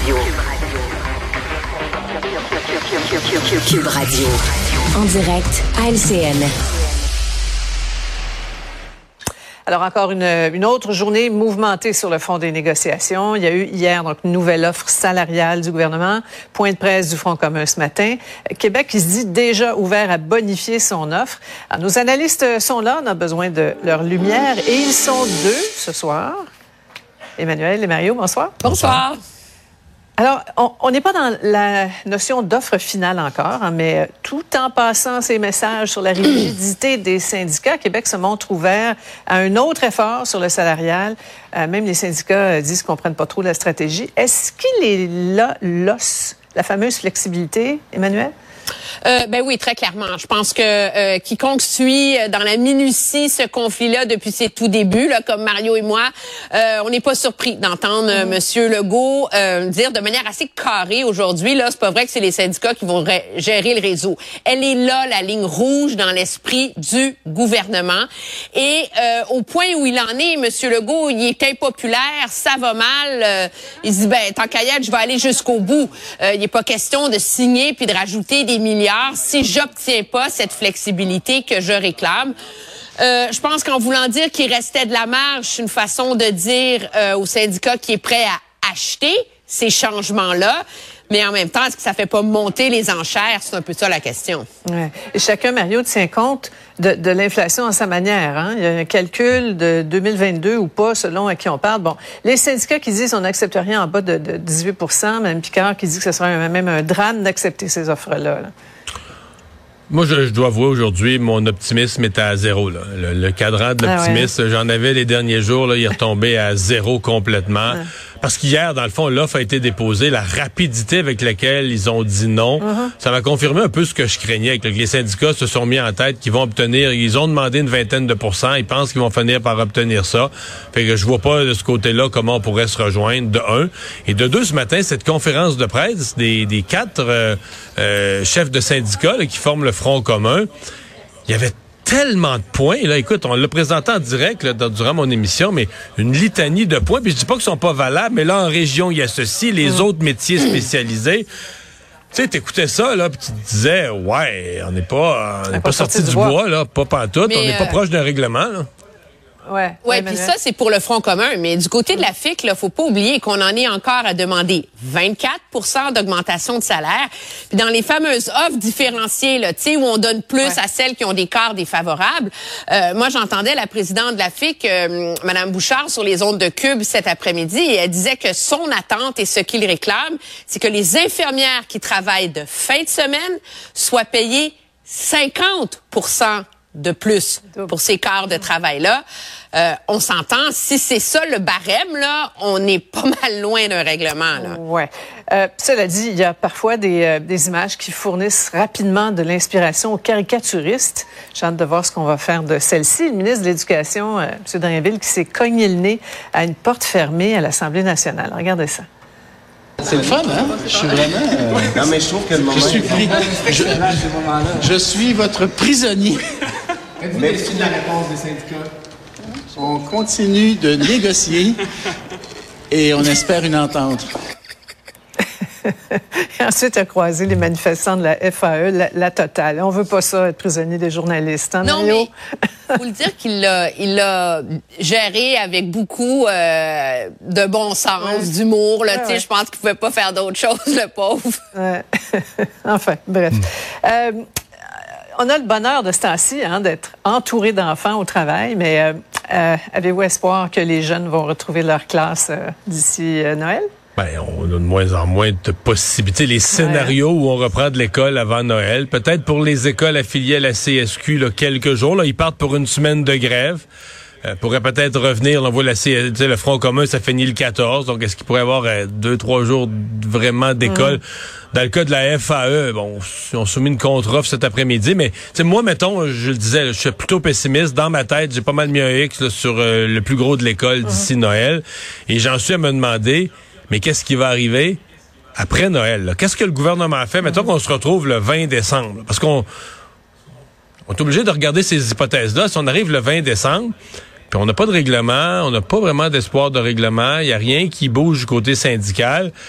Cube Radio. En direct à LCN. Alors, encore une autre journée mouvementée sur le front des négociations. Il y a eu hier donc une nouvelle offre salariale du gouvernement. Point de presse du Front commun ce matin. Québec qui se dit déjà ouvert à bonifier son offre. Alors, nos analystes sont là. On a besoin de leur lumière. Et ils sont deux ce soir. Emmanuel et Mario, bonsoir. Bonsoir. Alors, on n'est pas dans la notion d'offre finale encore, mais tout en passant ces messages sur la rigidité des syndicats, Québec se montre ouvert à un autre effort sur le salarial. Même les syndicats disent qu'on ne comprenne pas trop la stratégie. Est-ce qu'il est là l'os, la fameuse flexibilité, Emmanuel? Ben oui, très clairement. Je pense que quiconque suit dans la minutie ce conflit-là depuis ses tout débuts, là, comme Mario et moi, on n'est pas surpris d'entendre Monsieur Legault dire de manière assez carrée aujourd'hui, là, c'est pas vrai que c'est les syndicats qui vont gérer le réseau. Elle est là, la ligne rouge dans l'esprit du gouvernement. Et au point où il en est, Monsieur Legault, il est impopulaire, ça va mal. Il dit, tant qu'à y être, je vais aller jusqu'au bout. Il n'est pas question de signer puis de rajouter des milliards si j'obtiens pas cette flexibilité que je réclame. Je pense qu'en voulant dire qu'il restait de la marge, c'est une façon de dire au syndicat qui est prêt à acheter ces changements-là. Mais en même temps, est-ce que ça fait pas monter les enchères? C'est un peu ça la question. Ouais. Et chacun, Mario, tient compte de l'inflation à sa manière. Hein? Il y a un calcul de 2022 ou pas, selon à qui on parle. Bon, les syndicats qui disent on n'accepte rien en bas de 18 %, même Picard qui dit que ce serait même un drame d'accepter ces offres-là. Là. Moi, je dois avouer aujourd'hui, mon optimisme est à zéro. Là. Le cadran de l'optimisme, j'en avais les derniers jours, là, il est retombé à zéro complètement. Parce qu'hier, dans le fond, l'offre a été déposée. La rapidité avec laquelle ils ont dit non, ça m'a confirmé un peu ce que je craignais. Que les syndicats se sont mis en tête qu'ils vont obtenir, ils ont demandé une vingtaine de %, ils pensent qu'ils vont finir par obtenir ça. Fait que je vois pas de ce côté-là comment on pourrait se rejoindre, de un. Et de deux, ce matin, cette conférence de presse des quatre chefs de syndicats là, qui forment le Front commun, il y avait tellement de points. Là, écoute, on l'a présenté en direct là, durant mon émission, mais une litanie de points. Puis je dis pas qu'ils sont pas valables, mais là, en région, il y a ceci, les autres métiers spécialisés. Tu sais, t'écoutais ça, là, puis tu te disais, ouais, on n'est pas sorti du bois, là, pas pantoute, mais on n'est pas proche d'un règlement, là. Ouais, puis ça, c'est pour le Front commun. Mais du côté de la FIC, là, faut pas oublier qu'on en est encore à demander 24 % d'augmentation de salaire. Puis dans les fameuses offres différenciées, là, tu sais, où on donne plus à celles qui ont des corps défavorables. Moi, j'entendais la présidente de la FIC, Madame Bouchard, sur les ondes de Cube cet après-midi, et elle disait que son attente et ce qu'il réclame, c'est que les infirmières qui travaillent de fin de semaine soient payées 50 % de plus pour ces quarts de travail-là. On s'entend, si c'est ça le barème, là, on est pas mal loin d'un règlement. Là. Ouais. Cela dit, il y a parfois des images qui fournissent rapidement de l'inspiration aux caricaturistes. J'ai hâte de voir ce qu'on va faire de celle-ci. Le ministre de l'Éducation, M. Drainville, qui s'est cogné le nez à une porte fermée à l'Assemblée nationale. Regardez ça. C'est le fun, hein? Je suis vraiment... Non, mais je trouve que le moment... Je suis pris. Je suis votre prisonnier. Êtes-vous déçu de la réponse des syndicats? On continue de négocier et on espère une entente. Et ensuite, a croisé les manifestants de la FAE, la totale. On veut pas ça, être prisonnier des journalistes. Hein, non, Mario? mais faut le dire qu'il l'a géré avec beaucoup de bon sens, d'humour. Là, je pense qu'il pouvait pas faire d'autre chose, le pauvre. Enfin, bref. On a le bonheur de ce temps-ci d'être entouré d'enfants au travail, mais avez-vous espoir que les jeunes vont retrouver leur classe d'ici Noël? Ben, on a de moins en moins de possibilités. Les scénarios où on reprend de l'école avant Noël, peut-être pour les écoles affiliées à la CSQ, là, quelques jours. Là, ils partent pour une semaine de grève. Pourrait peut-être revenir. Là, on voit le Front commun, ça finit le 14. Donc, est-ce qu'il pourrait y avoir 2-3 jours vraiment d'école? Dans le cas de la FAE, bon, on soumis une contre-offre cet après-midi, mais moi, mettons, je le disais, je suis plutôt pessimiste. Dans ma tête, j'ai pas mal mis un X là, sur le plus gros de l'école d'ici Noël. Et j'en suis à me demander, mais qu'est-ce qui va arriver après Noël? Là? Qu'est-ce que le gouvernement a fait? Mettons qu'on se retrouve le 20 décembre. Là, parce qu'on est obligé de regarder ces hypothèses-là. Si on arrive le 20 décembre, puis on n'a pas de règlement, on n'a pas vraiment d'espoir de règlement, il n'y a rien qui bouge du côté syndical.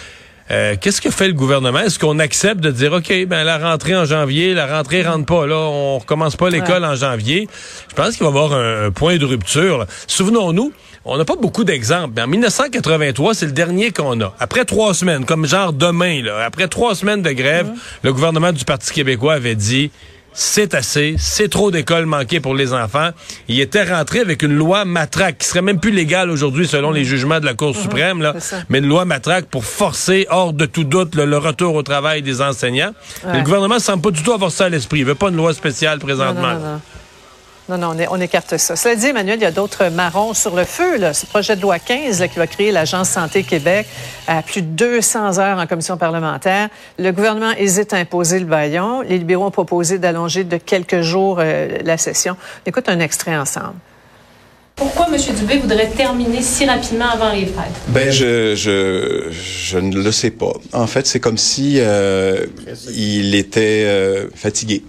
Qu'est-ce que fait le gouvernement? Est-ce qu'on accepte de dire, OK, ben la rentrée en janvier, la rentrée rentre pas, là, on recommence pas l'école en janvier? Je pense qu'il va y avoir un point de rupture, là. Souvenons-nous, on n'a pas beaucoup d'exemples, mais en 1983, c'est le dernier qu'on a. Après 3 semaines, comme genre demain, là, après 3 semaines de grève, le gouvernement du Parti québécois avait dit, c'est assez, c'est trop d'écoles manquées pour les enfants. Il était rentré avec une loi matraque qui serait même plus légale aujourd'hui selon les jugements de la Cour suprême, là, mais une loi matraque pour forcer, hors de tout doute, le retour au travail des enseignants. Ouais. Le gouvernement ne semble pas du tout avoir ça à l'esprit. Il veut pas une loi spéciale présentement. Non, on écarte ça. Cela dit, Emmanuel, il y a d'autres marrons sur le feu. Là. Ce projet de loi 15 là, qui va créer l'Agence Santé Québec à plus de 200 heures en commission parlementaire. Le gouvernement hésite à imposer le bâillon. Les libéraux ont proposé d'allonger de quelques jours la session. On écoute un extrait ensemble. Pourquoi M. Dubé voudrait terminer si rapidement avant les fêtes? Ben, je ne le sais pas. En fait, c'est comme si il était fatigué.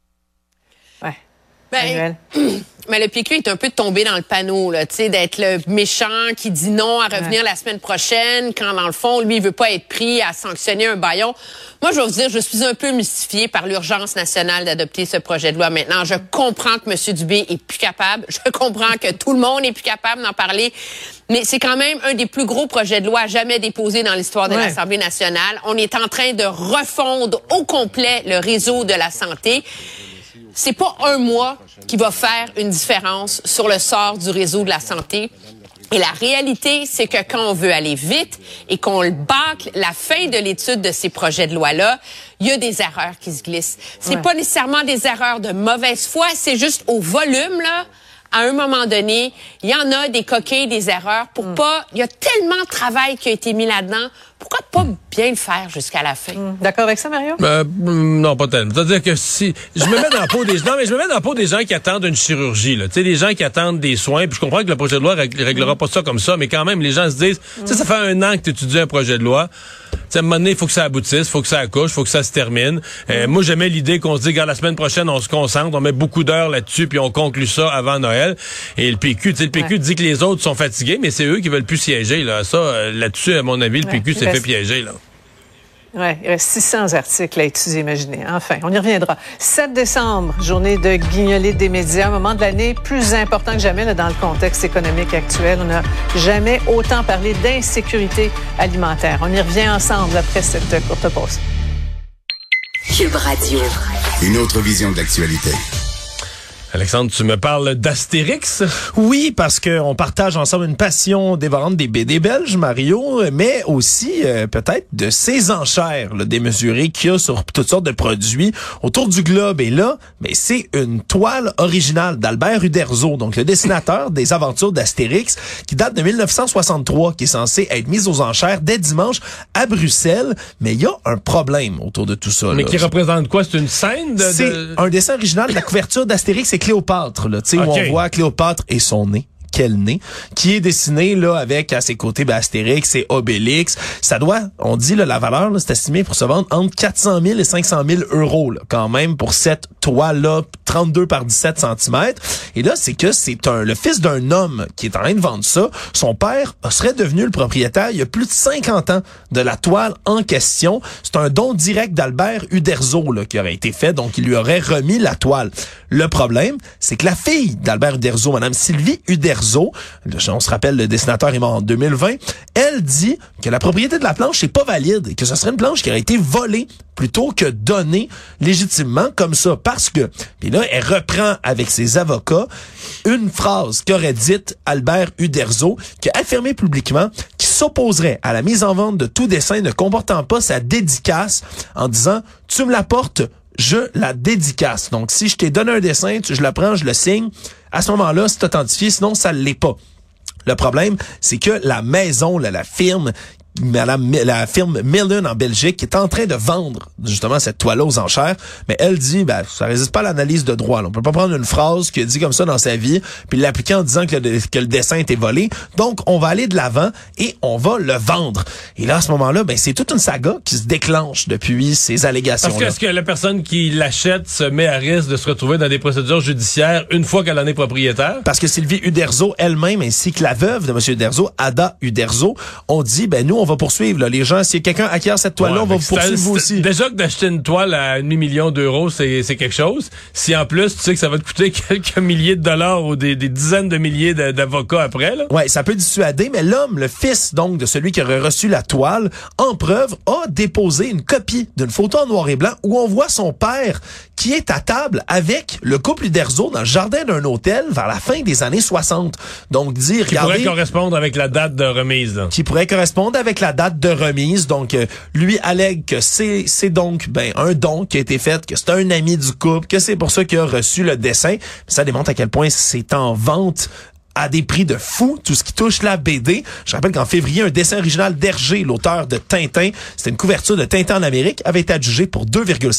Mais le PQ est un peu tombé dans le panneau, là, tu sais, d'être le méchant qui dit non à revenir la semaine prochaine, quand dans le fond, lui, il veut pas être pris à sanctionner un bâillon. Moi, je vais vous dire, je suis un peu mystifiée par l'urgence nationale d'adopter ce projet de loi maintenant. Je comprends que M. Dubé est plus capable. Je comprends que tout le monde est plus capable d'en parler. Mais c'est quand même un des plus gros projets de loi jamais déposés dans l'histoire de l'Assemblée nationale. On est en train de refondre au complet le réseau de la santé. C'est pas un mois qui va faire une différence sur le sort du réseau de la santé. Et la réalité, c'est que quand on veut aller vite et qu'on bâcle la fin de l'étude de ces projets de loi-là, il y a des erreurs qui se glissent. C'est pas nécessairement des erreurs de mauvaise foi, c'est juste au volume, là. À un moment donné, il y en a des coquilles, des erreurs pour pas... Il y a tellement de travail qui a été mis là-dedans. Pourquoi pas bien le faire jusqu'à la fin? D'accord avec ça, Mario? Non, pas tellement. C'est-à-dire que si... Je me mets dans la peau des... Non, mais je me mets dans la peau des gens qui attendent une chirurgie, là. Tu sais, des gens qui attendent des soins. Puis je comprends que le projet de loi réglera pas ça comme ça, mais quand même, les gens se disent... Tu sais, ça fait 1 an que tu étudies un projet de loi. Tu sais, à un moment donné, il faut que ça aboutisse, il faut que ça accouche, il faut que ça se termine. Moi, j'aimais l'idée qu'on se dit, regarde, la semaine prochaine, on se concentre, on met beaucoup d'heures là-dessus, puis on conclut ça avant Noël. Et le PQ, tu sais, le PQ dit que les autres sont fatigués, mais c'est eux qui veulent plus siéger, là. Ça, là-dessus, à mon avis, le PQ s'est fait piéger, là. Oui, il reste 600 articles à étudier, imaginez. Enfin, on y reviendra. 7 décembre, journée de guignolée des médias, moment de l'année plus important que jamais là, dans le contexte économique actuel. On n'a jamais autant parlé d'insécurité alimentaire. On y revient ensemble après cette courte pause. Cube Radio. Une autre vision de l'actualité. Alexandre, tu me parles d'Astérix? Oui, parce qu'on partage ensemble une passion dévorante des BD belges, Mario, mais aussi peut-être de ces enchères là, démesurées qu'il y a sur toutes sortes de produits autour du globe. Et là, ben, c'est une toile originale d'Albert Uderzo, donc le dessinateur des aventures d'Astérix, qui date de 1963, qui est censé être mise aux enchères dès dimanche à Bruxelles. Mais il y a un problème autour de tout ça. Mais là. Qui représente quoi? C'est une scène C'est un dessin original de la couverture d'Astérix et Cléopâtre, là, tu sais, où on voit Cléopâtre et son nez. Quel nez, qui est dessiné là avec à ses côtés Astérix et Obélix. Ça doit, on dit là, la valeur là, c'est estimé pour se vendre entre 400 000 et 500 000 euros là, quand même pour cette toile là 32 par 17 cm. Et là, c'est que c'est le fils d'un homme qui est en train de vendre ça. Son père serait devenu le propriétaire il y a plus de 50 ans de la toile en question. C'est un don direct d'Albert Uderzo là, qui aurait été fait, donc il lui aurait remis la toile. Le problème, c'est que la fille d'Albert Uderzo, Madame Sylvie Uderzo, on se rappelle, le dessinateur est mort en 2020, elle dit que la propriété de la planche n'est pas valide et que ce serait une planche qui aurait été volée plutôt que donnée légitimement comme ça. Parce que, puis là, elle reprend avec ses avocats une phrase qu'aurait dite Albert Uderzo, qui a affirmé publiquement qu'il s'opposerait à la mise en vente de tout dessin ne comportant pas sa dédicace en disant « Tu me l'apportes, je la dédicace. » Donc, si je t'ai donné un dessin, je le prends, je le signe. À ce moment-là, c'est authentifié, sinon ça ne l'est pas. Le problème, c'est que la maison, la firme Millen en Belgique qui est en train de vendre justement cette toile aux enchères, mais elle dit ça résiste pas à l'analyse de droit. Là. On peut pas prendre une phrase qui dit comme ça dans sa vie puis l'appliquer en disant que le dessin a été volé. Donc on va aller de l'avant et on va le vendre. Et là à ce moment-là, c'est toute une saga qui se déclenche depuis ces allégations. Parce que est-ce que la personne qui l'achète se met à risque de se retrouver dans des procédures judiciaires une fois qu'elle en est propriétaire? Parce que Sylvie Uderzo elle-même ainsi que la veuve de M. Uderzo, Ada Uderzo, ont dit nous on va poursuivre. Là. Les gens, si quelqu'un acquiert cette toile-là, on va vous poursuivre vous aussi. Déjà que d'acheter une toile à 500 000 d'euros, c'est quelque chose. Si en plus, tu sais que ça va te coûter quelques milliers de dollars ou des dizaines de milliers d'avocats après, là. Ouais, ça peut dissuader, mais l'homme, le fils donc de celui qui aurait reçu la toile, en preuve, a déposé une copie d'une photo en noir et blanc où on voit son père qui est à table avec le couple Uderzo dans le jardin d'un hôtel vers la fin des années 60. Donc, regardez, pourrait correspondre avec la date de remise. Là. Qui pourrait correspondre avec la date de remise. Donc, lui allègue que c'est donc un don qui a été fait, que c'est un ami du couple, que c'est pour ça qu'il a reçu le dessin. Ça démontre à quel point c'est en vente à des prix de fou, tout ce qui touche la BD. Je rappelle qu'en février, un dessin original d'Hergé, l'auteur de Tintin, c'était une couverture de Tintin en Amérique, avait été adjugé pour 2,5